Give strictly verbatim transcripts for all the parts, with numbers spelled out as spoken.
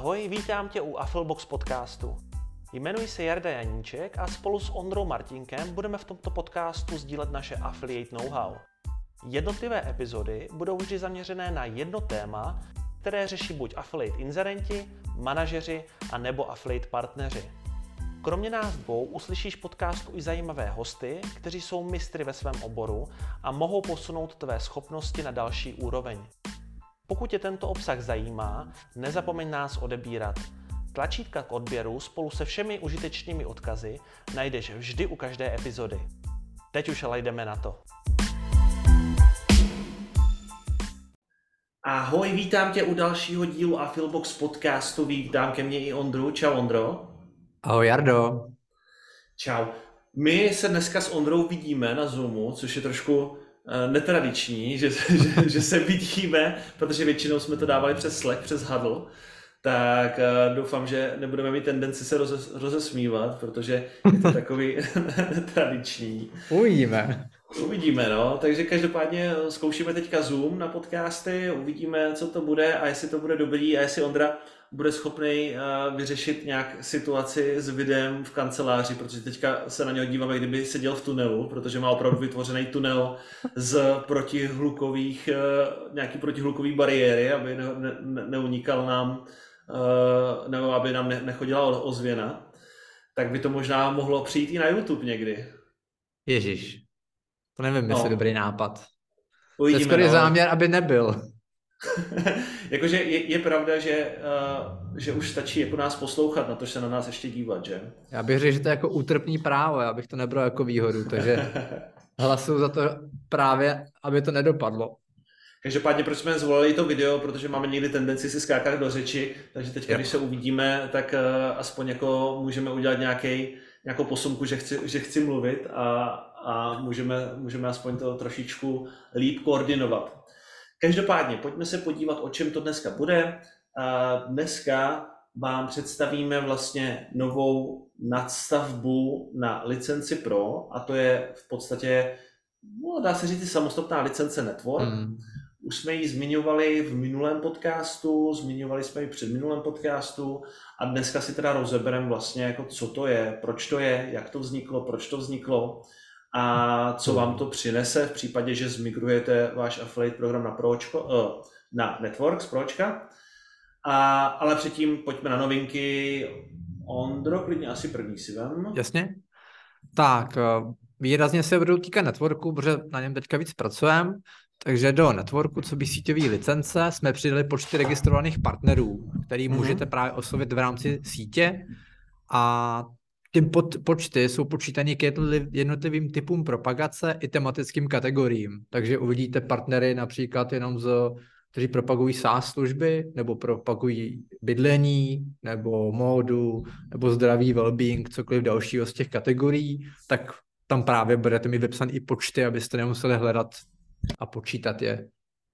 Ahoj, vítám tě u Affilibox podcastu. Jmenuji se Jarda Janíček a spolu s Ondrou Martinkem budeme v tomto podcastu sdílet naše affiliate know-how. Jednotlivé epizody budou vždy zaměřené na jedno téma, které řeší buď affiliate inzerenti, manažeři a nebo affiliate partneři. Kromě nás dvou uslyšíš v podcastu i zajímavé hosty, kteří jsou mistry ve svém oboru a mohou posunout tvé schopnosti na další úroveň. Pokud tě tento obsah zajímá, nezapomeň nás odebírat. Tlačítka k odběru spolu se všemi užitečnými odkazy najdeš vždy u každé epizody. Teď už ale jdeme na to. Ahoj, vítám tě u dalšího dílu Affilibox podcastu. Vítám ke mně i Ondru. Čau, Ondro. Ahoj, Jardo. Čau. My se dneska s Ondrou vidíme na Zoomu, což je trošku netradiční, že, že, že se vidíme, protože většinou jsme to dávali přes Slack, přes Huddle, tak doufám, že nebudeme mít tendenci se roze, rozesmívat, protože je to takový netradiční. Uvidíme. Uvidíme, no. Takže každopádně zkoušíme teďka Zoom na podcasty, uvidíme, co to bude a jestli to bude dobrý a jestli Ondra bude schopný vyřešit nějak situaci s videem v kanceláři, protože teďka se na něho díváme, kdyby seděl v tunelu, protože má opravdu vytvořený tunel z protihlukových, nějaký protihlukový bariéry, aby ne, ne, neunikal nám, nebo aby nám ne, nechodila ozvěna. Tak by to možná mohlo přijít i na YouTube někdy. Ježíš, to nevím, jestli no. Dobrý nápad. Uvidíme, to je skoro no. záměr, aby nebyl. Jakože je, je pravda, že, uh, že už stačí jako nás poslouchat, na to, že se na nás ještě dívat, že? Já bych řekl, že to je jako útrpný právo, já bych to nebral jako výhodu, takže hlasuju za to právě, aby to nedopadlo. Každopádně, proč jsme zvolili to video, protože máme někdy tendenci si skákat do řeči, takže teď, když se uvidíme, tak uh, aspoň jako můžeme udělat nějaký, nějakou posunku, že chci, že chci mluvit a, a můžeme, můžeme aspoň to trošičku líp koordinovat. Každopádně, pojďme se podívat, o čem to dneska bude. Dneska vám představíme vlastně novou nadstavbu na licenci Pro a to je v podstatě, no, dá se říct, samostatná licence Network. Mm. Už jsme ji zmiňovali v minulém podcastu, zmiňovali jsme ji před minulém podcastu a dneska si teda rozebereme vlastně, jako co to je, proč to je, jak to vzniklo, proč to vzniklo. A co vám to přinese v případě, že zmigrujete váš affiliate program na, Pročko, na Network z Pročka. A, ale předtím pojďme na novinky. Ondro, klidně asi první si vem. Jasně. Tak, výrazně se budou týkat Networku, protože na něm teďka víc pracujeme. Takže do Networku, co by síťový licence, jsme přidali počty registrovaných partnerů, který mm-hmm. můžete právě oslovit v rámci sítě. A ty počty jsou počítané k jednotlivým typům propagace i tematickým kategoriím. Takže uvidíte partnery například jenom z, kteří propagují SaaS služby, nebo propagují bydlení, nebo módu, nebo zdraví, well-being, cokoliv dalšího z těch kategorií, tak tam právě budete mít vypsané i počty, abyste nemuseli hledat a počítat je.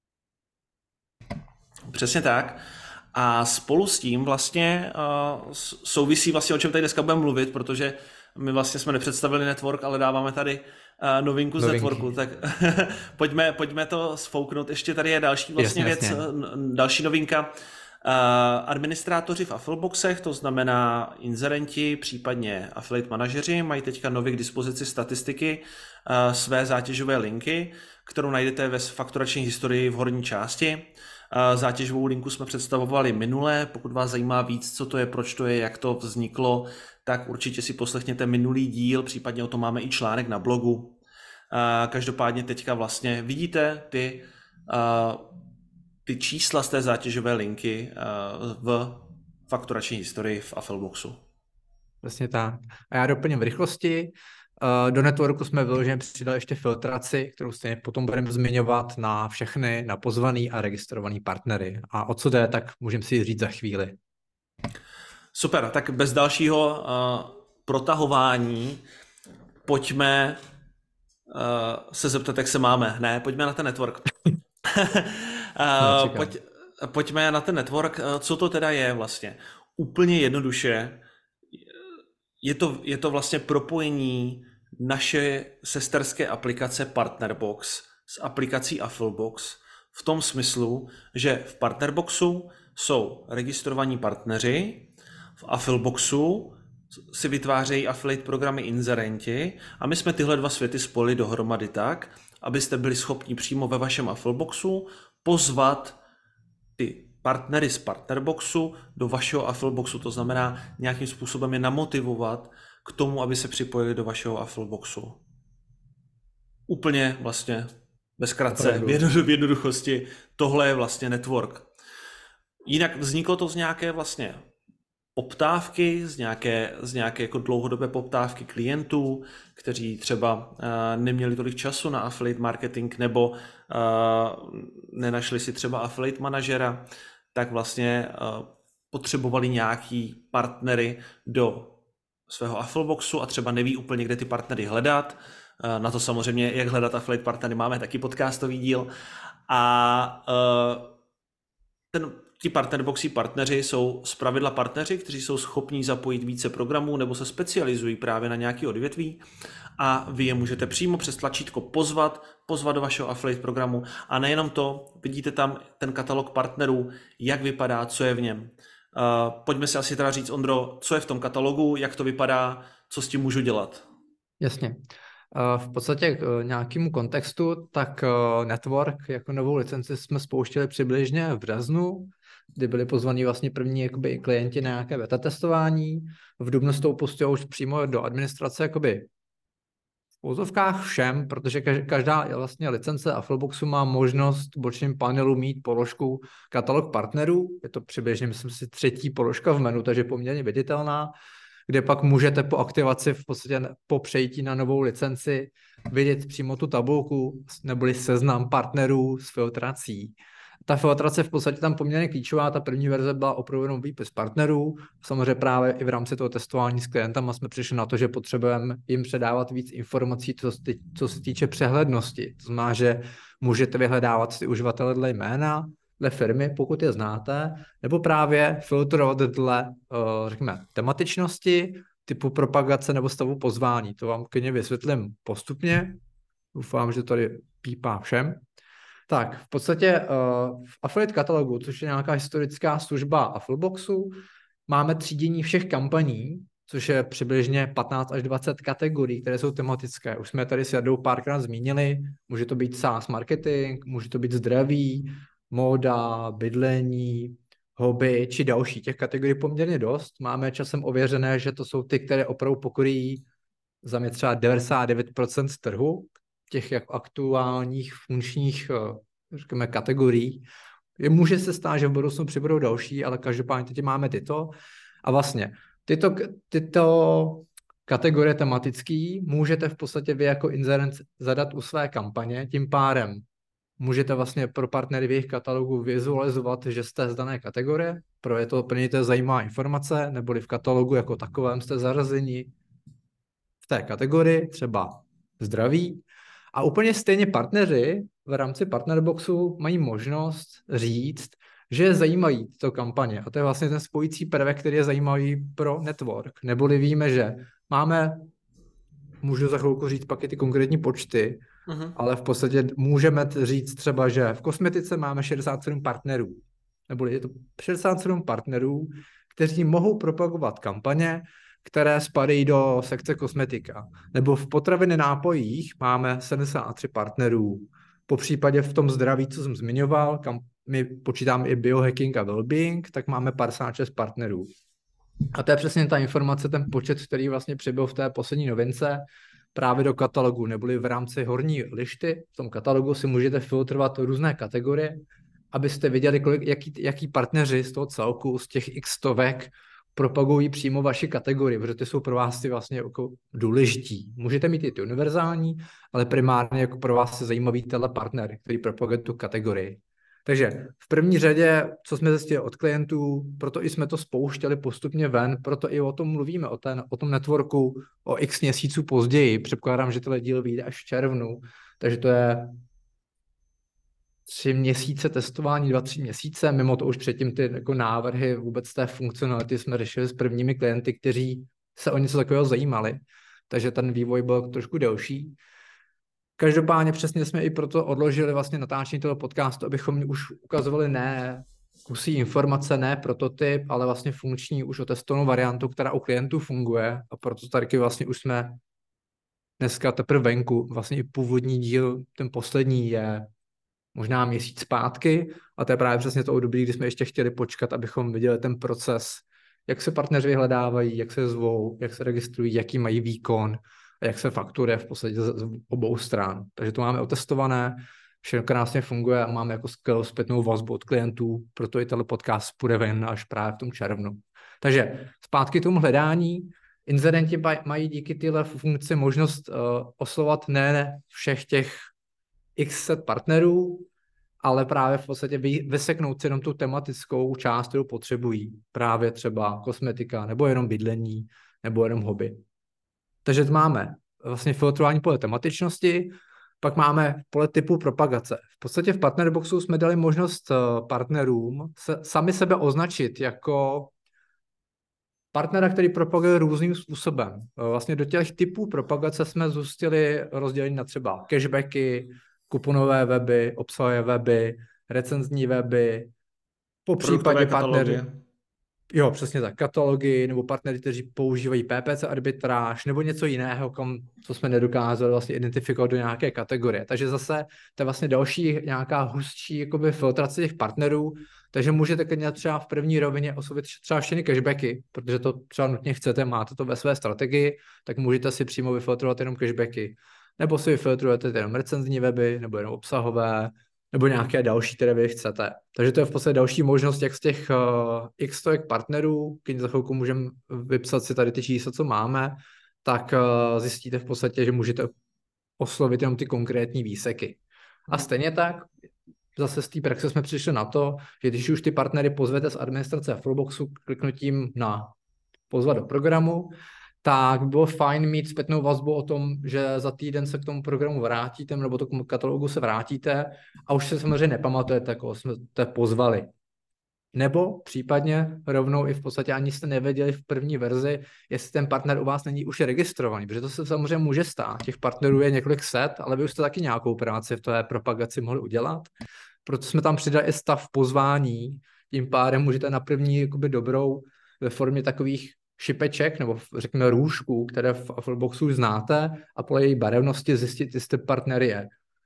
Přesně tak. A spolu s tím vlastně uh, souvisí vlastně, o čem tady dneska budeme mluvit, protože my vlastně jsme nepředstavili Network, ale dáváme tady uh, novinku z Novinky. Networku, tak pojďme, pojďme to sfouknout. Ještě tady je další vlastně jasně, věc, jasně. další novinka. Uh, administrátoři v Affiliboxech, to znamená inzerenti, případně affiliate manažeři, mají teďka nově k dispozici statistiky uh, své zátěžové linky, kterou najdete ve fakturační historii v horní části. Zátěžovou linku jsme představovali minule, pokud vás zajímá víc, co to je, proč to je, jak to vzniklo, tak určitě si poslechněte minulý díl, případně o tom máme i článek na blogu. Každopádně teďka vlastně vidíte ty, ty čísla z té zátěžové linky v fakturační historii v Affiliboxu. Vlastně tak. A já doplním v rychlosti. Do Networku jsme vyloženě přidali ještě filtraci, kterou stejně potom budeme zmiňovat na všechny, na pozvaný a registrovaný partnery. A o co jde, tak můžeme si říct za chvíli. Super, tak bez dalšího uh, protahování pojďme uh, se zeptat, jak se máme. Ne, pojďme na ten Network. uh, pojď, pojďme na ten Network. Uh, co to teda je vlastně? Úplně jednoduše. Je to, je to vlastně propojení naše sesterské aplikace Partnerbox s aplikací Affilibox v tom smyslu, že v Partnerboxu jsou registrovaní partneři, v Affilboxu si vytvářejí affiliate programy inzerenti a my jsme tyhle dva světy spojili dohromady tak, abyste byli schopni přímo ve vašem Affilboxu pozvat ty partnery z Partnerboxu do vašeho Affilboxu, to znamená nějakým způsobem je namotivovat k tomu, aby se připojili do vašeho Affilboxu. Úplně vlastně ve zkratce, v, jednodu, v jednoduchosti, tohle je vlastně network. Jinak vzniklo to z nějaké vlastně poptávky, z nějaké, z nějaké jako dlouhodobé poptávky klientů, kteří třeba uh, neměli tolik času na affiliate marketing nebo uh, nenašli si třeba affiliate manažera, tak vlastně uh, potřebovali nějaký partnery do svého Affilboxu a třeba neví úplně, kde ty partnery hledat. Uh, na to samozřejmě, jak hledat affiliate partnery, máme taky podcastový díl. A uh, ten Ti partnerboxí partneři jsou zpravidla partneři, kteří jsou schopní zapojit více programů nebo se specializují právě na nějaké odvětví a vy je můžete přímo přes tlačítko pozvat, pozvat do vašeho affiliate programu a nejenom to, vidíte tam ten katalog partnerů, jak vypadá, co je v něm. Uh, pojďme si asi teda říct, Ondro, co je v tom katalogu, jak to vypadá, co s tím můžu dělat. Jasně. V podstatě k nějakému kontextu, tak Network jako novou licenci jsme spouštěli přibližně v březnu, kdy byli pozvaní vlastně první jakoby klienti na nějaké beta testování. V dubnu s tou pustili už přímo do administrace jakoby v úzovkách všem, protože každá vlastně licence Affilboxu má možnost v bočním panelu mít položku katalog partnerů. Je to přibližně, myslím si, třetí položka v menu, takže poměrně viditelná, kde pak můžete po aktivaci, v podstatě po přejítí na novou licenci, vidět přímo tu tabulku neboli seznam partnerů s filtrací. Ta filtrace v podstatě tam poměrně klíčová, ta první verze byla opravdu výpis partnerů, samozřejmě právě i v rámci toho testování s klientama jsme přišli na to, že potřebujeme jim předávat víc informací, co, co se týče přehlednosti. To znamená, že můžete vyhledávat si uživatele dle jména, dle firmy, pokud je znáte, nebo právě filtrovat dle, řekněme, tematičnosti, typu propagace nebo stavu pozvání. To vám klidně vysvětlím postupně. Doufám, že tady pípá všem. Tak, v podstatě v Affiliate katalogu, což je nějaká historická služba Affilboxu, máme třídění všech kampaní, což je přibližně patnáct až dvacet kategorií, které jsou tematické. Už jsme tady s Jardou párkrát zmínili, může to být SaaS marketing, může to být zdraví, móda, bydlení, hobby či další. Těch kategorií poměrně dost. Máme časem ověřené, že to jsou ty, které opravdu pokryjí za mě třeba devadesát devět procent trhu, těch jak aktuálních funkčních, řekněme, kategorií. Může se stát, že v budoucnu přibudou další, ale každopádně teď máme tyto. A vlastně tyto, tyto kategorie tematický můžete v podstatě vy jako inzerent zadat u své kampaně, tím pádem můžete vlastně pro partnery v jejich katalogu vizualizovat, že jste z dané kategorie, pro je to, pro ně to je zajímavá informace, neboli v katalogu jako takovém jste zařazeni v té kategorii, třeba zdraví. A úplně stejně partneři v rámci Partnerboxu mají možnost říct, že je zajímají tyto kampaně. A to je vlastně ten spojící prvek, který je zajímavý pro network. Neboli víme, že máme, můžu za chvilku říct pak i ty konkrétní počty, uh-huh. ale v podstatě můžeme říct třeba, že v kosmetice máme šedesát sedm partnerů. Neboli je to šedesát sedm partnerů, kteří mohou propagovat kampaně, které spadají do sekce kosmetika. Nebo v potraviny nápojích máme sedmdesát tři partnerů. Po případě v tom zdraví, co jsem zmiňoval, kam my počítáme i biohacking a wellbeing, tak máme padesát šest partnerů. A to je přesně ta informace, ten počet, který vlastně přibyl v té poslední novince právě do katalogu, neboli v rámci horní lišty. V tom katalogu si můžete filtrovat různé kategorie, abyste viděli, kolik, jaký, jaký partneři z toho celku, z těch x stovek, propagují přímo vaši kategorii, protože ty jsou pro vás ty vlastně jako důležití. Můžete mít i ty univerzální, ale primárně jako pro vás je zajímavý tenhle partner, který propaguje tu kategorii. Takže v první řadě, co jsme zjistili od klientů, proto i jsme to spouštěli postupně ven, proto i o tom mluvíme, o, ten, o tom networku o x měsíců později. Předpokládám, že tenhle díl vyjde až v červnu, takže to je tři měsíce testování, dva, tři měsíce, mimo to už předtím ty jako návrhy vůbec té funkcionality jsme řešili s prvními klienty, kteří se o něco takového zajímali, takže ten vývoj byl trošku delší. Každopádně přesně jsme i proto odložili vlastně natáčení toho podcastu, abychom už ukazovali ne kusí informace, ne prototyp, ale vlastně funkční už otestovanou variantu, která u klientů funguje a proto tady vlastně už jsme dneska teprve venku. Vlastně i původní díl, ten poslední je možná měsíc zpátky a to je právě přesně to období, kdy jsme ještě chtěli počkat, abychom viděli ten proces, jak se partneři vyhledávají, jak se zvou, jak se registrují, jaký mají výkon a jak se fakturuje v podstatě z obou stran. Takže to máme otestované, všechno krásně funguje a máme jako skvělou zpětnou vazbu od klientů, proto i tenhle podcast půjde ven až právě v tom červnu. Takže zpátky k tomu hledání. Inzerenti mají díky téhle funkci možnost uh, oslovovat ne všech těch x set partnerů, ale právě v podstatě vyseknout si jenom tu tematickou část, kterou potřebují. Právě třeba kosmetika, nebo jenom bydlení, nebo jenom hobby. Takže máme vlastně filtrování podle tematičnosti, pak máme pole typu propagace. V podstatě v Partnerboxu jsme dali možnost partnerům se, sami sebe označit jako partnera, který propaguje různým způsobem. Vlastně do těch typů propagace jsme zůstali rozdělení na třeba cashbacky, kuponové weby, obsahové weby, recenzní weby, po případě partnery. Jo, přesně tak, katalogy, nebo partnery, kteří používají P P C arbitráž, nebo něco jiného, kam, co jsme nedokázali vlastně identifikovat do nějaké kategorie. Takže zase to je vlastně další nějaká hustší jakoby filtrace těch partnerů, takže můžete klidně třeba v první rovině oslovit třeba všechny cashbacky, protože to třeba nutně chcete, máte to ve své strategii, tak můžete si přímo vyfiltrovat jenom cashbacky. Nebo si vyfiltrujete jenom recenzní weby, nebo jenom obsahové, nebo nějaké další, které vy chcete. Takže to je v podstatě další možnost, jak z těch uh, x stovek partnerů, když za chvilku můžeme vypsat si tady ty čísla, co máme, tak uh, zjistíte v podstatě, že můžete oslovit jenom ty konkrétní výseky. A stejně tak, zase z té praxe jsme přišli na to, že když už ty partnery pozvete z administrace Fullboxu kliknutím na pozvat do programu, tak bylo fajn mít zpětnou vazbu o tom, že za týden se k tomu programu vrátíte, nebo do tomu katalogu se vrátíte a už se samozřejmě nepamatujete, koho jsme te pozvali. Nebo případně rovnou i v podstatě ani jste nevěděli v první verzi, jestli ten partner u vás není už registrovaný, protože to se samozřejmě může stát. Těch partnerů je několik set, ale vy už jste taky nějakou práci v té propagaci mohli udělat. Proto jsme tam přidali i stav pozvání, tím pádem můžete na první jakoby dobrou ve formě takových šipeček, nebo řekněme růžků, které v Fullboxu už znáte a podle její barevnosti zjistit, jestli partner je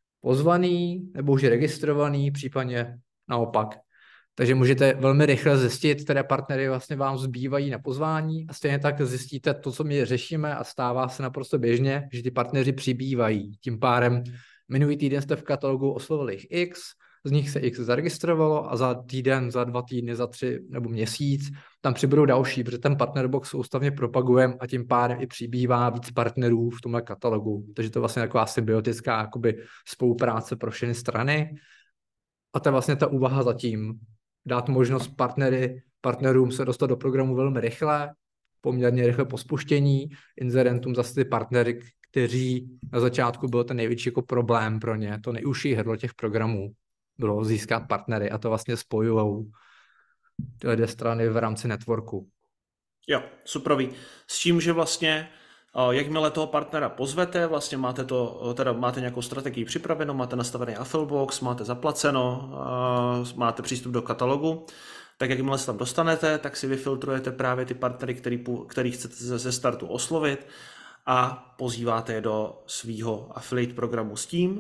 pozvaný, nebo už je registrovaný, případně naopak. Takže můžete velmi rychle zjistit, které partnery vlastně vám zbývají na pozvání a stejně tak zjistíte to, co my řešíme a stává se naprosto běžně, že ty partneři přibývají. Tím pádem minulý týden jste v katalogu oslovili jich X, z nich se X zaregistrovalo a za týden, za dva týdny, za tři nebo měsíc tam přibudou další, protože ten Partnerbox soustavně propagujeme a tím pádem i přibývá víc partnerů v tomhle katalogu. Takže to je vlastně taková symbiotická jakoby spolupráce pro všechny strany. A to je vlastně ta úvaha zatím. Dát možnost partnery, partnerům se dostat do programu velmi rychle, poměrně rychle po spuštění, inzerentům zase ty partnery, kteří na začátku byl ten největší jako problém pro ně, to nejužší hrdlo těch programů bylo získat partnery a to vlastně spojujou tyhle dvě strany v rámci networku. Jo, superový. S tím, že vlastně jakmile toho partnera pozvete, vlastně máte to, teda máte nějakou strategii připravenou, máte nastavený Affilibox, máte zaplaceno, máte přístup do katalogu, tak jakmile se tam dostanete, tak si vyfiltrujete právě ty partnery, který, který chcete ze startu oslovit a pozýváte je do svýho affiliate programu s tím,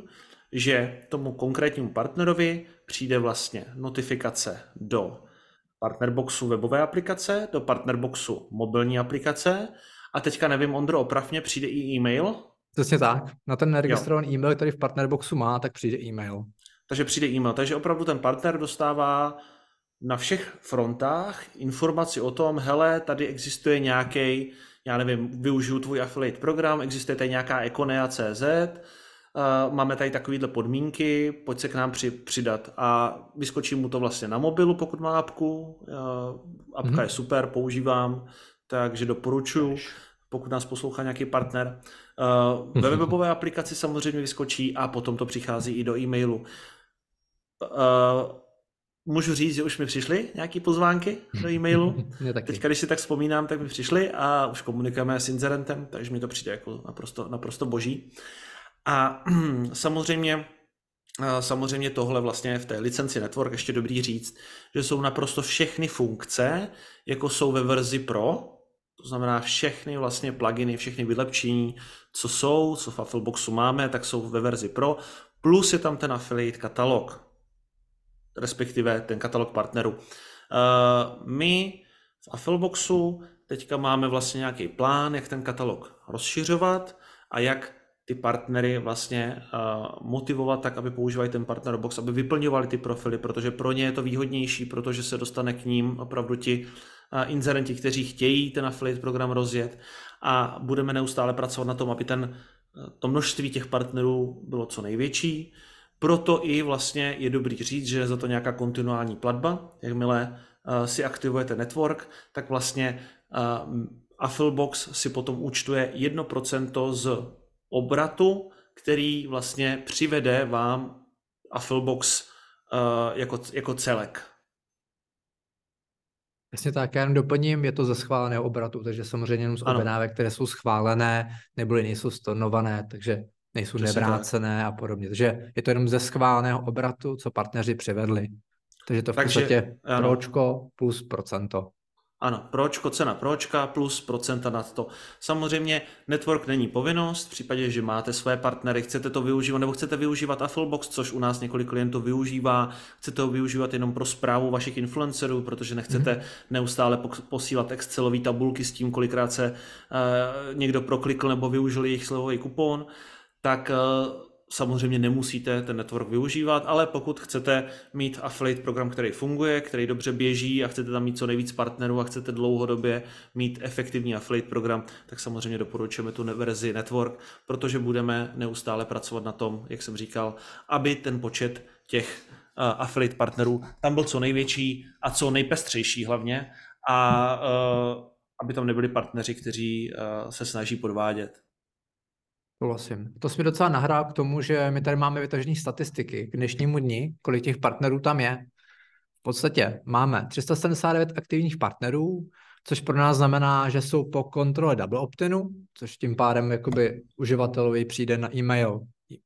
že tomu konkrétnímu partnerovi přijde vlastně notifikace do Partnerboxu webové aplikace, do Partnerboxu mobilní aplikace a teďka nevím, Ondro, oprav mě, přijde i e-mail? Přesně tak. Na ten neregistrovaný e-mail, který v Partnerboxu má, tak přijde e-mail. Takže přijde e-mail. Takže opravdu ten partner dostává na všech frontách informaci o tom, hele, tady existuje nějaký, já nevím, využiju tvůj affiliate program, existuje tady nějaká Econea tečka cé zet, Uh, máme tady takovýhle podmínky, pojď se k nám při, přidat a vyskočí mu to vlastně na mobilu, pokud má apku. Uh, apka mm-hmm. je super, používám, takže doporučuji, pokud nás poslouchá nějaký partner. Uh, ve webové aplikaci samozřejmě vyskočí a potom to přichází i do e-mailu. Uh, můžu říct, že už mi přišly nějaké pozvánky do e-mailu. Teďka, když si tak vzpomínám, tak mi přišly a už komunikujeme s inzerentem, takže mi to přijde jako naprosto, naprosto boží. A samozřejmě samozřejmě tohle vlastně v té licenci Network ještě dobrý říct, že jsou naprosto všechny funkce, jako jsou ve verzi Pro, to znamená všechny vlastně pluginy, všechny vylepšení, co jsou, co v Affilboxu máme, tak jsou ve verzi Pro, plus je tam ten affiliate katalog, respektive ten katalog partnerů. My v Affilboxu teďka máme vlastně nějaký plán, jak ten katalog rozšiřovat a jak ty partnery vlastně uh, motivovat tak, aby používali ten partner box, aby vyplňovali ty profily, protože pro ně je to výhodnější, protože se dostane k ním opravdu ti uh, inzerenti, kteří chtějí ten affiliate program rozjet a budeme neustále pracovat na tom, aby ten, to množství těch partnerů bylo co největší. Proto i vlastně je dobrý říct, že je za to nějaká kontinuální platba. Jakmile uh, si aktivujete network, tak vlastně uh, Affilbox si potom účtuje jedno procento z obratu, který vlastně přivede vám Affilbox uh, jako, jako celek. Jasně tak, já jenom doplním, je to ze schváleného obratu, takže samozřejmě jenom z objednávek, které jsou schválené, nebo nejsou stornované, takže nejsou Přesně nevrácené tak. a podobně. Takže je to jenom ze schváleného obratu, co partneři přivedli. Takže to v takže, podstatě ano. pročko plus procento. Ano, pročko, cena pročka plus procenta nad to. Samozřejmě network není povinnost, v případě, že máte své partnery, chcete to využívat, nebo chcete využívat Affilbox, což u nás několik klientů využívá, chcete ho využívat jenom pro správu vašich influencerů, protože nechcete mm-hmm. neustále posílat Excelové tabulky s tím, kolikrát se uh, někdo proklikl nebo využil jejich slevový kupon, tak uh, samozřejmě nemusíte ten network využívat, ale pokud chcete mít affiliate program, který funguje, který dobře běží a chcete tam mít co nejvíc partnerů a chcete dlouhodobě mít efektivní affiliate program, tak samozřejmě doporučujeme tu verzi network, protože budeme neustále pracovat na tom, jak jsem říkal, aby ten počet těch uh, affiliate partnerů tam byl co největší a co nejpestřejší hlavně a uh, aby tam nebyli partneři, kteří uh, se snaží podvádět. Souhlasím. To jsme docela nahrál k tomu, že my tady máme vytažené statistiky k dnešnímu dni, kolik těch partnerů tam je. V podstatě máme tři sta sedmdesát devět aktivních partnerů, což pro nás znamená, že jsou po kontrole double opt-inu, což tím pádem jakoby uživatelovi přijde na e-mail,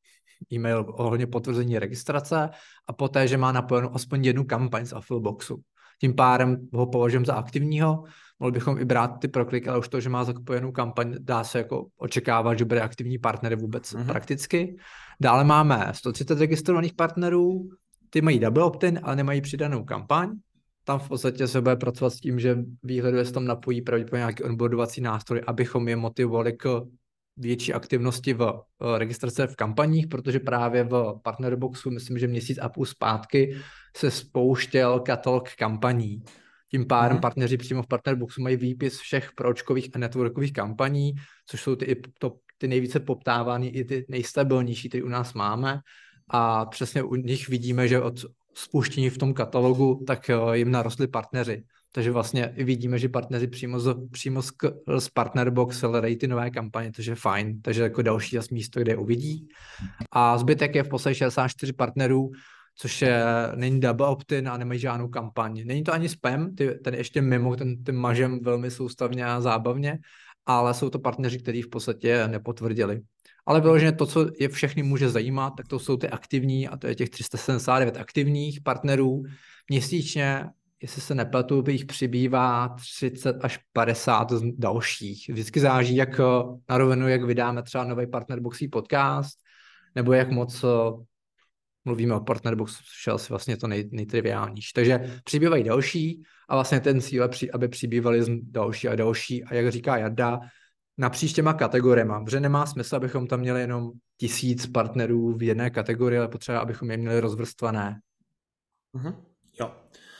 e-mail ohledně potvrzení registrace a poté, že má napojenou aspoň jednu kampaň z Affilboxu. Tím pádem ho považujeme za aktivního. Mohli bychom i brát ty prokliky, ale už to, že má zakupenou kampaň, dá se jako očekávat, že bude aktivní partner vůbec mm-hmm. prakticky. Dále máme sto třicet registrovaných partnerů, ty mají double opt-in, ale nemají přidanou kampaň. Tam v podstatě se bude pracovat s tím, že výhleduje se tam napojí pravděpodobně nějaký onboardovací nástroj, abychom je motivovali k větší aktivnosti v registrace v kampaních, protože právě v Partnerboxu, myslím, že měsíc a půl zpátky se spouštěl katalog kampaní. Tím pádem mm-hmm. partneři přímo v Partnerboxu mají výpis všech pročkových a networkových kampaní, což jsou ty, to, ty nejvíce poptávané i ty nejstabilnější, které u nás máme. A přesně u nich vidíme, že od spuštění v tom katalogu, tak jim narostli partneři. Takže vlastně vidíme, že partneři přímo z, přímo z, z Partnerbox hledají ty nové kampaně, takže je fajn. Takže jako další zas místo, kde je uvidí. A zbytek je v podstatě šedesát čtyři partnerů, což je, není double opt-in a nemají žádnou kampaň. Není to ani spam, ty, ten ještě mimo, ten, ten mažem velmi soustavně a zábavně, ale jsou to partneři, kteří v podstatě nepotvrdili. Ale vyloženě to, co je všechny může zajímat, tak to jsou ty aktivní, a to je těch tři sta sedmdesát devět aktivních partnerů. Měsíčně, jestli se nepletu, jich přibývá třicet až padesát dalších. Vždycky záží, jak na rovinu, jak vydáme třeba nový Partnerboxí podcast, nebo jak moc mluvíme o Partnerboxu, což je asi vlastně to nej, nejtriviálnější. Takže přibývají další a vlastně ten cíl je, aby přibývali další a další. A jak říká Jarda, napříč těma kategoriemi, protože nemá smysl, abychom tam měli jenom tisíc partnerů v jedné kategorii, ale potřeba, abychom je měli rozvrstvané. Mm-hmm. Jo,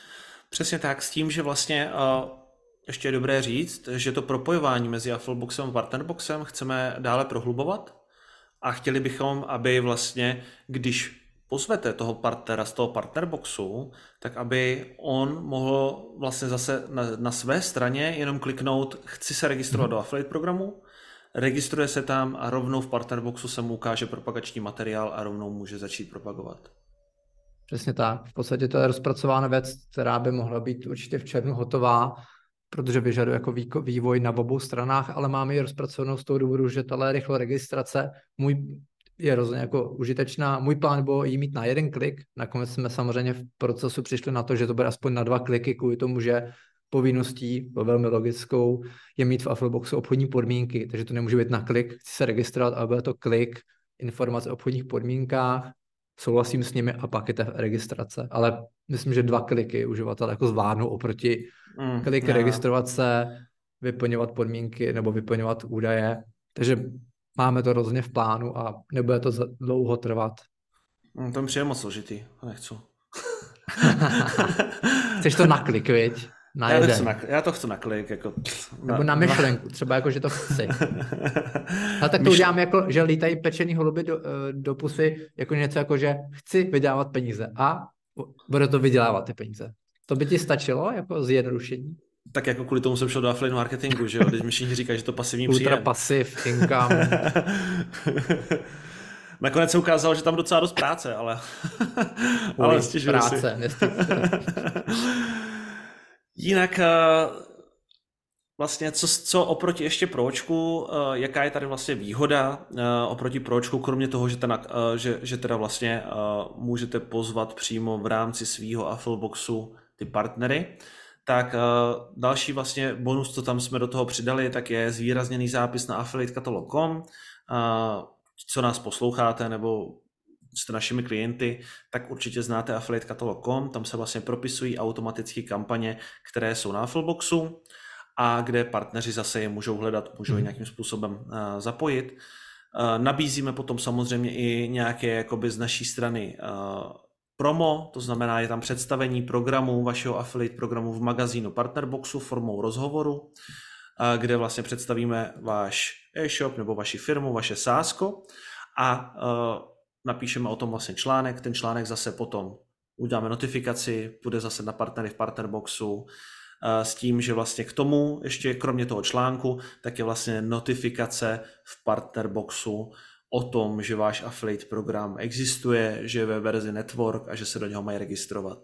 přesně tak, s tím, že vlastně uh, ještě je dobré říct, že to propojování mezi Affilboxem a Partnerboxem chceme dále prohlubovat a chtěli bychom, aby vlastně, když pozvete toho partnera z toho Partnerboxu, tak aby on mohl vlastně zase na, na své straně jenom kliknout, chci se registrovat mm. do affiliate programu, registruje se tam a rovnou v Partnerboxu se mu ukáže propagační materiál a rovnou může začít propagovat. Přesně tak. V podstatě to je rozpracovaná věc, která by mohla být určitě v červnu hotová, protože vyžaduje jako vývoj na obou stranách, ale máme ji rozpracovanou z toho důvodu, že tahle rychlá registrace, můj je rozhodně jako užitečná. Můj plán byl jí mít na jeden klik, nakonec jsme samozřejmě v procesu přišli na to, že to bude aspoň na dva kliky, kvůli tomu, že povinností, velmi logickou, je mít v Affiliboxu obchodní podmínky, takže to nemůže být na klik, chci se registrovat, ale bude to klik, informace o obchodních podmínkách, souhlasím s nimi a pak je ta registrace. Ale myslím, že dva kliky uživatel jako zvládnou oproti Mm, klik já. registrovat se, vyplňovat podmínky nebo vyplňovat údaje. Takže máme to rozhodně v plánu a nebude to dlouho trvat. Mm, to mi přijde moc složitý, to nechci. Chceš to na klik, viď? Na já, to jeden. chci na, já to chci na klik. Jako, na, Nebo na myšlenku, třeba jako, že to chci. Ale tak to udělám jako, že lítají pečený holuby do, do pusy, jako něco jako, že chci vydělávat peníze a bude to vydělávat ty peníze. To by ti stačilo jako zjednodušení? Tak jako kvůli tomu jsem šel do affiliate marketingu, že jo? Když mi všichni říkají, že to pasivní Ultra příjem. Ultra passive income. Nakonec se ukázalo, že tam docela dost práce, ale... Uj, ale práce, nestíte. Jinak vlastně, co, co oproti ještě Pročku, jaká je tady vlastně výhoda oproti Pročku, kromě toho, že, ten, že, že teda vlastně můžete pozvat přímo v rámci svýho Affiliboxu ty partnery, tak další vlastně bonus, co tam jsme do toho přidali, tak je zvýrazněný zápis na affiliate katalog tečka com. Co nás posloucháte nebo jste našimi klienty, tak určitě znáte affiliate katalog tečka com, tam se vlastně propisují automaticky kampaně, které jsou na Affiliboxu a kde partneři zase je můžou hledat, můžou je nějakým způsobem zapojit. Nabízíme potom samozřejmě i nějaké jakoby z naší strany promo, to znamená, je tam představení programu, vašeho affiliate programu v magazínu Partnerboxu formou rozhovoru, kde vlastně představíme váš e-shop nebo vaši firmu, vaše sásko a napíšeme o tom vlastně článek. Ten článek zase potom uděláme notifikaci, bude zase na partnery v Partnerboxu s tím, že vlastně k tomu ještě kromě toho článku, tak je vlastně notifikace v Partnerboxu o tom, že váš affiliate program existuje, že je ve verzi network a že se do něho mají registrovat.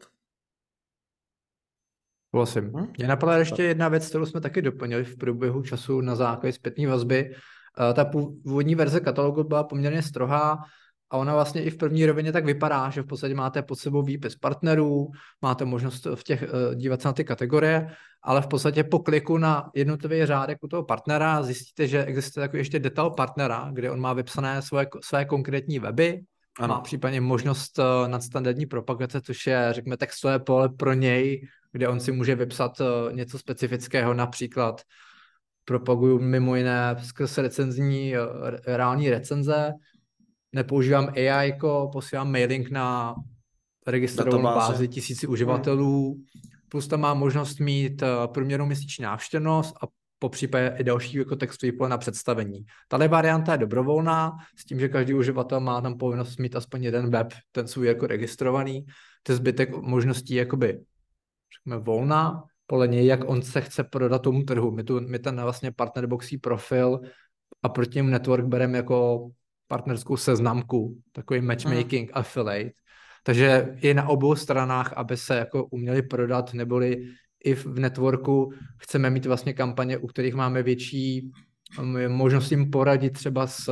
Prosím. Hm? Mě napadla ještě jedna věc, kterou jsme taky doplnili v průběhu času na základě zpětné vazby. Ta původní verze katalogu byla poměrně strohá a ona vlastně i v první rovině tak vypadá, že v podstatě máte pod sebou výpis partnerů, máte možnost v těch dívat se na ty kategorie, ale v podstatě po kliku na jednotlivý řádek u toho partnera zjistíte, že existuje takový ještě detail partnera, kde on má vypsané svoje, své konkrétní weby, ano. Má případně možnost nadstandardní propagace, což je, řekněme, textové pole pro něj, kde on si může vypsat něco specifického, například propaguju mimo jiné skrz recenzní, reální recenze, nepoužívám A I, posílám mailing na registrovanou bázi tisíci uživatelů, hmm. plus tam má možnost mít průměrnou měsíční návštěvnost a po případě i další jako textový pole na představení. Tahle varianta je dobrovolná, s tím, že každý uživatel má tam povinnost mít aspoň jeden web, ten svůj jako registrovaný, ten zbytek možností jakoby řekněme volná, podle něj, jak on se chce prodat tomu trhu. My, tu, my ten vlastně partnerboxí profil a proti němu network bereme jako partnerskou seznamku, takový matchmaking hmm. affiliate. Takže i na obou stranách, aby se jako uměli prodat, neboli i v networku chceme mít vlastně kampaně, u kterých máme větší možnost jim poradit třeba s,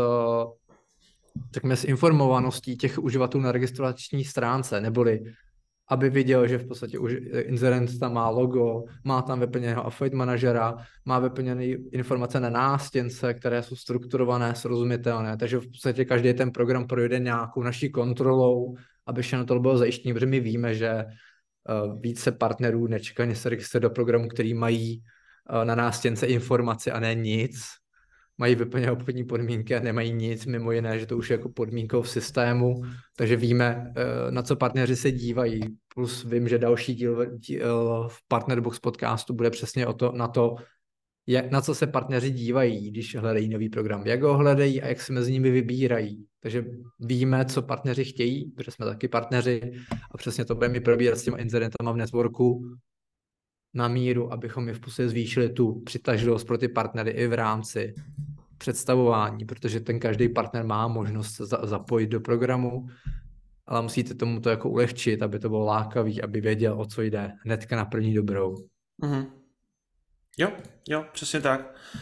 řekněme, s informovaností těch uživatelů na registrační stránce, neboli aby viděl, že v podstatě už inzerent tam má logo, má tam vyplněného affiliate manažera, má vyplněné informace na nástěnce, které jsou strukturované, srozumitelné, takže v podstatě každý ten program projde nějakou naší kontrolou, aby všechno to bylo zajištěné, protože my víme, že uh, více partnerů nečekaně se registruje do programu, který mají uh, na nástěnce informace a ne nic, mají vyplněné obchodní podmínky a nemají nic, mimo jiné, že to už je jako podmínkou v systému, takže víme, na co partneři se dívají. Plus vím, že další díl, díl v Partnerbox podcastu bude přesně o to, na to, jak, na co se partneři dívají, když hledají nový program, jak ho hledají a jak se mezi nimi vybírají. Takže víme, co partneři chtějí, protože jsme taky partneři a přesně to budeme probírat s těma inzerentama v networku na míru, abychom je v podstatě zvýšili tu přitažlivost pro ty partnery i v rámci představování, protože ten každý partner má možnost za- zapojit do programu, ale musíte tomu to jako ulehčit, aby to bylo lákavý, aby věděl, o co jde hnedka na první dobrou. Mm-hmm. Jo, jo, přesně tak.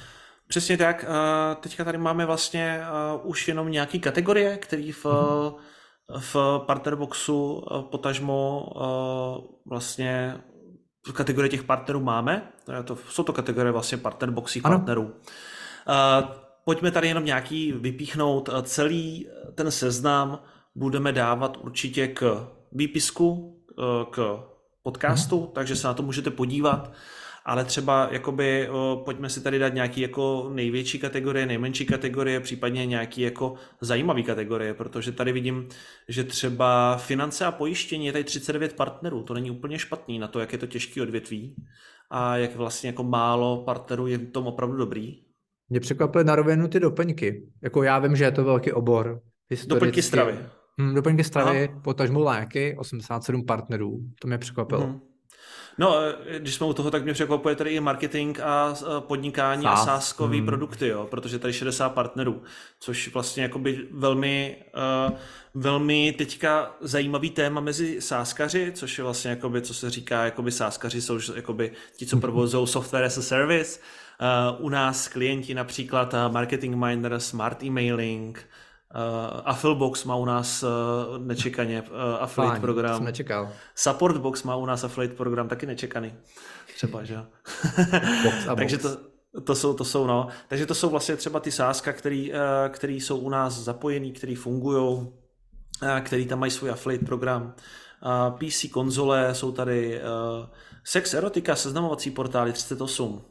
Přesně tak. Teďka tady máme vlastně už jenom nějaký kategorie, které v, Mhm. v Partnerboxu potažmo vlastně v kategorii těch partnerů máme. To, jsou to kategorie vlastně Partnerboxích Ano. partnerů. Pojďme tady jenom nějaký vypíchnout. Celý ten seznam budeme dávat určitě k výpisku, k podcastu, Mhm. takže se na to můžete podívat. Ale třeba jakoby, o, pojďme si tady dát nějaký jako největší kategorie, nejmenší kategorie, případně nějaký jako zajímavý kategorie, protože tady vidím, že třeba finance a pojištění je tady třicet devět partnerů, to není úplně špatný na to, jak je to těžký odvětví a jak vlastně jako málo partnerů je v tom opravdu dobrý. Mě překvapily na rovinu ty doplňky. Jako já vím, že je to velký obor. Doplňky Historicky. stravy. Hm, doplňky stravy, Aha. potažmo léky, osmdesát sedm partnerů. To mě překvapilo. Mhm. No, když jsme u toho, tak mě překvapuje tady i marketing a podnikání Sás. a sázkový Hmm. produkty, jo, protože tady šedesát partnerů, což vlastně jakoby velmi, uh, velmi teďka zajímavý téma mezi sázkaři, což je vlastně jakoby, co se říká, jakoby sázkaři jsou jakoby ti, co provozují software as a service. Uh, u nás klienti například uh, Marketing Minder, Smart Emailing, Uh, Affilbox má u nás uh, nečekaně uh, affiliate Fajn, program. jsem nečekal. Supportbox má u nás affiliate program taky nečekaný. Třeba, že jo. Box a Takže box. to, to, jsou, to jsou, no. Takže to jsou vlastně třeba ty sázka, který, uh, který jsou u nás zapojený, který fungují, uh, který tam mají svůj affiliate program. Uh, P C konzole jsou tady, uh, sex, erotika, seznamovací portály třicet osm.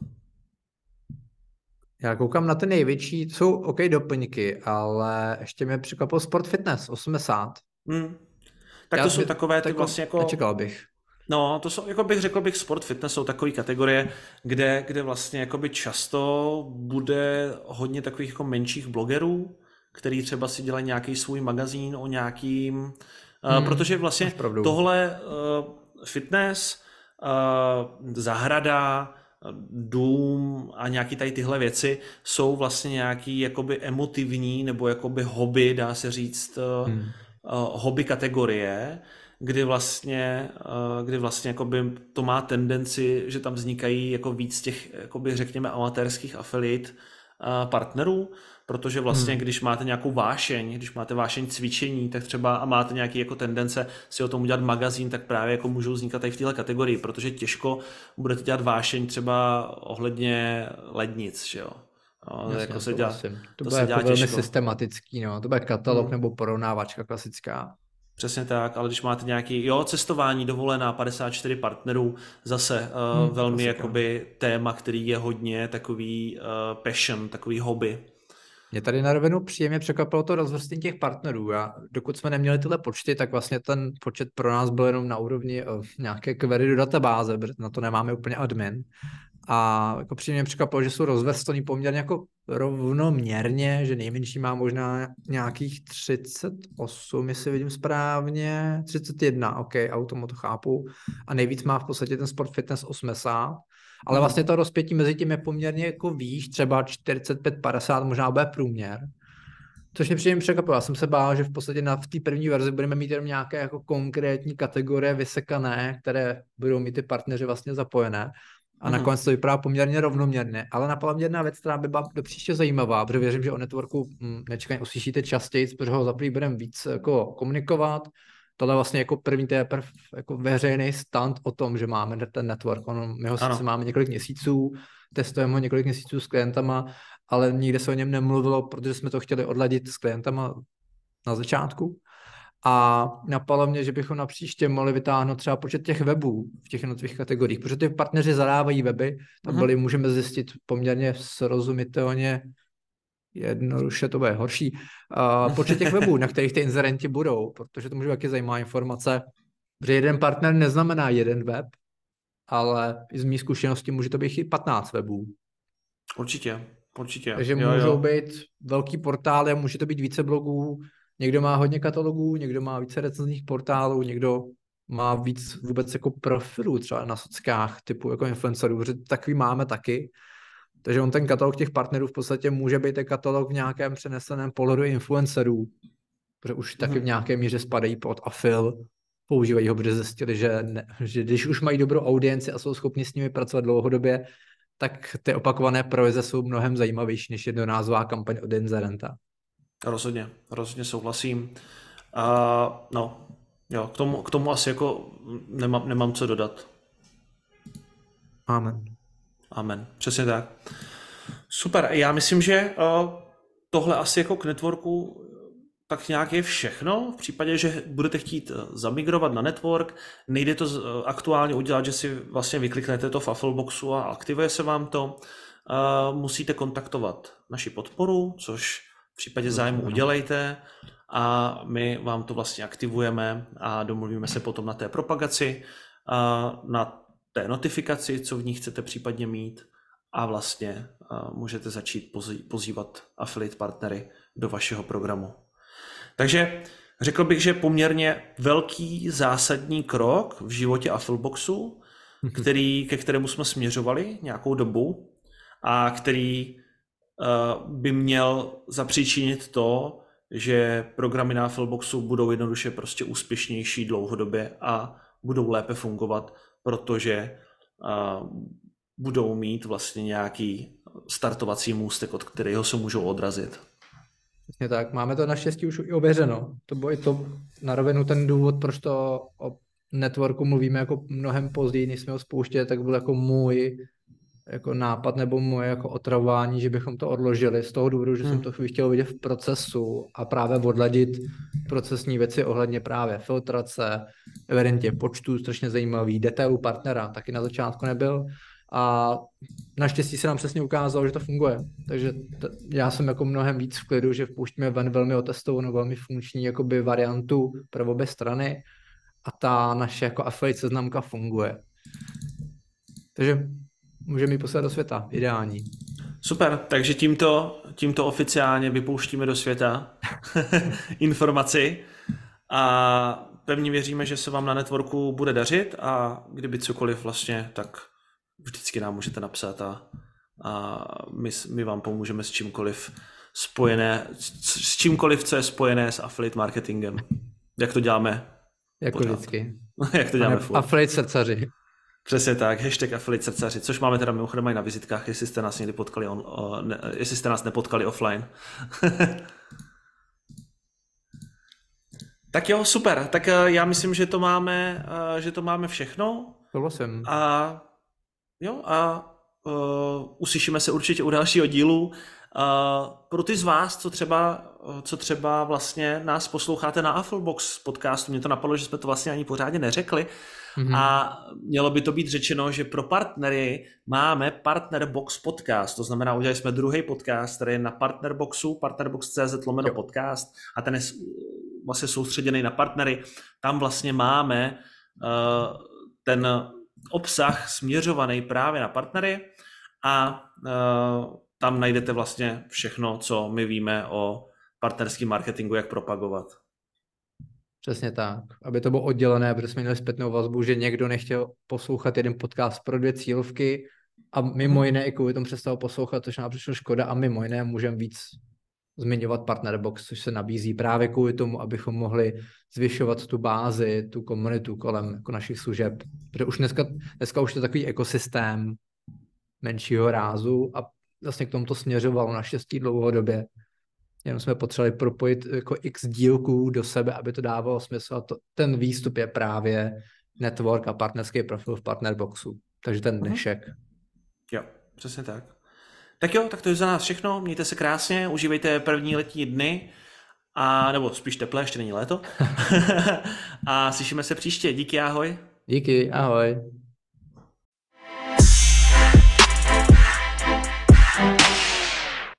Já koukám na ty největší, jsou OK doplňky, ale ještě mě překvapil Sport Fitness, osmdesát. Hmm. Tak Já to jsou by, takové ty tako, vlastně jako... Nečekal bych. No, to jsou, jako bych řekl bych, sport, fitness jsou takové kategorie, kde, kde vlastně jakoby často bude hodně takových jako menších blogerů, který třeba si dělají nějaký svůj magazín o nějakým, hmm, uh, protože vlastně tohle uh, fitness, uh, zahrada, dům a nějaký tady tyhle věci jsou vlastně nějaký jakoby emotivní nebo jakoby hobby, dá se říct, uh, hmm. uh, hobby kategorie, kdy vlastně, kdy vlastně jakoby to má tendenci, že tam vznikají jako víc těch, jakoby řekněme, amatérských affiliate partnerů, protože vlastně, hmm. když máte nějakou vášeň, když máte vášeň cvičení, tak třeba a máte nějaký jako tendence si o tom udělat magazín, tak právě jako můžou vznikat tady v téhle kategorii, protože těžko budete dělat vášeň třeba ohledně lednic, že jo. No, Jasně, jako se to, dělá, vlastně. to, to bude se dělá jako velmi těžko. systematický, no. To bude katalog hmm. nebo porovnávačka klasická. Přesně tak, ale když máte nějaký, jo, cestování, dovolená, padesát čtyři partnerů, zase uh, hmm, velmi klasika. Jakoby téma, který je hodně takový uh, passion, takový hobby. Mě tady na rovinu příjemně překvapilo to rozvrstvení těch partnerů. Já, dokud jsme neměli tyhle počty, tak vlastně ten počet pro nás byl jenom na úrovni uh, nějaké query do databáze, protože na to nemáme úplně admin. A jako příjemně překvapilo, že jsou rozvrstvený poměrně jako rovnoměrně, že nejmenší má možná nějakých třicet osm, jestli vidím správně, třicet jedna, ok, automo to chápu, a nejvíc má v podstatě ten Sport Fitness osmdesát, ale hmm. vlastně to rozpětí mezi tím je poměrně jako výš, třeba čtyřicet pět padesát, možná bude průměr. Což mě příjemně překvapilo. Já jsem se bál, že v podstatě na, v té první verzi budeme mít jenom nějaké jako konkrétní kategorie vysekané, které budou mít ty partneři vlastně zapojené. A mm-hmm. nakonec to vypadá poměrně rovnoměrně. Ale napadla mě jedna věc, která by byla do příště zajímavá, protože věřím, že o networku hm, nečekaně uslyšíte častěji, protože ho za první budeme víc jako komunikovat. Tohle vlastně jako první teprve jako veřejný stand o tom, že máme ten network. On, my ho sice máme několik měsíců, testujeme ho několik měsíců s klientama, ale nikde se o něm nemluvilo, protože jsme to chtěli odladit s klientama na začátku. A napadlo mě, že bychom na příště mohli vytáhnout třeba počet těch webů v těch jednotlivých kategoriích, protože ty partneři zadávají weby, tak byli, můžeme zjistit poměrně srozumitelně, jednoduše to bude horší, uh, počet těch webů, na kterých ty inzerenti budou, protože to může být taky zajímavá informace, že jeden partner neznamená jeden web, ale z mý zkušenosti může to být i patnáct webů. Určitě, určitě. Takže jo, můžou jo. být velký portály, může to být více blogů, někdo má hodně katalogů, někdo má více recenzních portálů, někdo má víc vůbec jako profilů třeba na sockách typu jako influencerů, protože takový máme taky. Takže on ten katalog těch partnerů v podstatě může být ten katalog v nějakém přeneseném pohledu influencerů, protože už taky v nějaké míře spadají pod afil, používají ho, protože zjistili, že, ne, že když už mají dobrou audienci a jsou schopni s nimi pracovat dlouhodobě, tak ty opakované provize jsou mnohem zajímavější než jednorázová kampaň od inzerenta. Rozhodně, rozhodně souhlasím. Uh, no, jo, k tomu, k tomu asi jako nemám, nemám co dodat. Amen. Amen, přesně tak. Super, já myslím, že uh, tohle asi jako k networku tak nějak je všechno. V případě, že budete chtít zamigrovat na network, nejde to aktuálně udělat, že si vlastně vykliknete to v Affleboxu a aktivuje se vám to. Uh, musíte kontaktovat naši podporu, což v případě zájmu udělejte a my vám to vlastně aktivujeme a domluvíme se potom na té propagaci, uh, na té notifikaci, co v ní chcete případně mít a vlastně uh, můžete začít pozývat affiliate partnery do vašeho programu. Takže řekl bych, že poměrně velký zásadní krok v životě Affleboxu, který, ke kterému jsme směřovali nějakou dobu a který uh, by měl zapříčinit to, že programy na Affleboxu budou jednoduše prostě úspěšnější dlouhodobě a budou lépe fungovat, protože uh, budou mít vlastně nějaký startovací můstek, od kterého se můžou odrazit. Přesně tak, máme to naštěstí už i ověřeno. To bylo i to na rovinu ten důvod, proč to o networku mluvíme jako mnohem později, než jsme ho spouštěli, tak byl jako můj jako nápad nebo moje jako otravování, že bychom to odložili z toho důvodu, že hmm. jsem to chvíli chtěl vidět v procesu a právě odladit procesní věci ohledně právě filtrace, evidentně počtu, strašně zajímavý, detailu partnera, taky na začátku nebyl. A naštěstí se nám přesně ukázalo, že to funguje. Takže t- já jsem jako mnohem víc v klidu, že vpouštíme ven velmi otestovanou, velmi funkční jakoby variantu pro obě strany a ta naše jako affiliate seznamka funguje. Takže můžeme ji poslat do světa. Ideální. Super, takže tímto, tímto oficiálně vypouštíme do světa informaci a pevně věříme, že se vám na networku bude dařit a kdyby cokoliv vlastně, tak vždycky nám můžete napsat a, a my, my vám pomůžeme s čímkoliv spojené, s, s čímkoliv, co je spojené s affiliate marketingem. Jak to děláme? Jako pořád. Vždycky. Jak to děláme furt. Affiliate srdcaři. Přesně tak, hashtag affiliate srdcaři, což máme teda mimochodem i na vizitkách, jestli jste nás někdy potkali, on, o, ne, jestli jste nás nepotkali offline. Tak jo, super, tak já myslím, že to máme, že to máme všechno. Souhlasím. A jo, a uh, uslyšíme se určitě u dalšího dílu. Uh, pro ty z vás, co třeba, co třeba vlastně nás posloucháte na Afflebox podcastu, mě to napadlo, že jsme to vlastně ani pořádně neřekli, mm-hmm. a mělo by to být řečeno, že pro partnery máme Partnerbox podcast, to znamená, udělali jsme druhý podcast, který je na Partnerboxu, partnerbox tečka cz lomeno podcast a ten je vlastně soustředěný na partnery. Tam vlastně máme uh, ten obsah směřovaný právě na partnery a uh, tam najdete vlastně všechno, co my víme o partnerském marketingu, jak propagovat. Přesně tak. Aby to bylo oddělené, protože jsme měli zpětnou vazbu, že někdo nechtěl poslouchat jeden podcast pro dvě cílovky a mimo jiné i kvůli tomu přestal poslouchat, což nám přišlo škoda a mimo jiné můžeme víc zmiňovat Partnerbox, což se nabízí právě kvůli tomu, abychom mohli zvyšovat tu bázi, tu komunitu kolem jako našich služeb. Protože už dneska, dneska už to je takový ekosystém menšího rázu a vlastně k tomu to směřovalo naštěstí dlouhodobě. Jenom jsme potřebovali propojit jako x dílků do sebe, aby to dávalo smysl a to, ten výstup je právě network a partnerský profil v Partnerboxu. Takže ten dnešek. Jo, přesně tak. Tak jo, tak to je za nás všechno. Mějte se krásně, užívejte první letní dny, a, nebo spíš teplé, ještě není léto. A slyšíme se příště. Díky, ahoj. Díky, ahoj.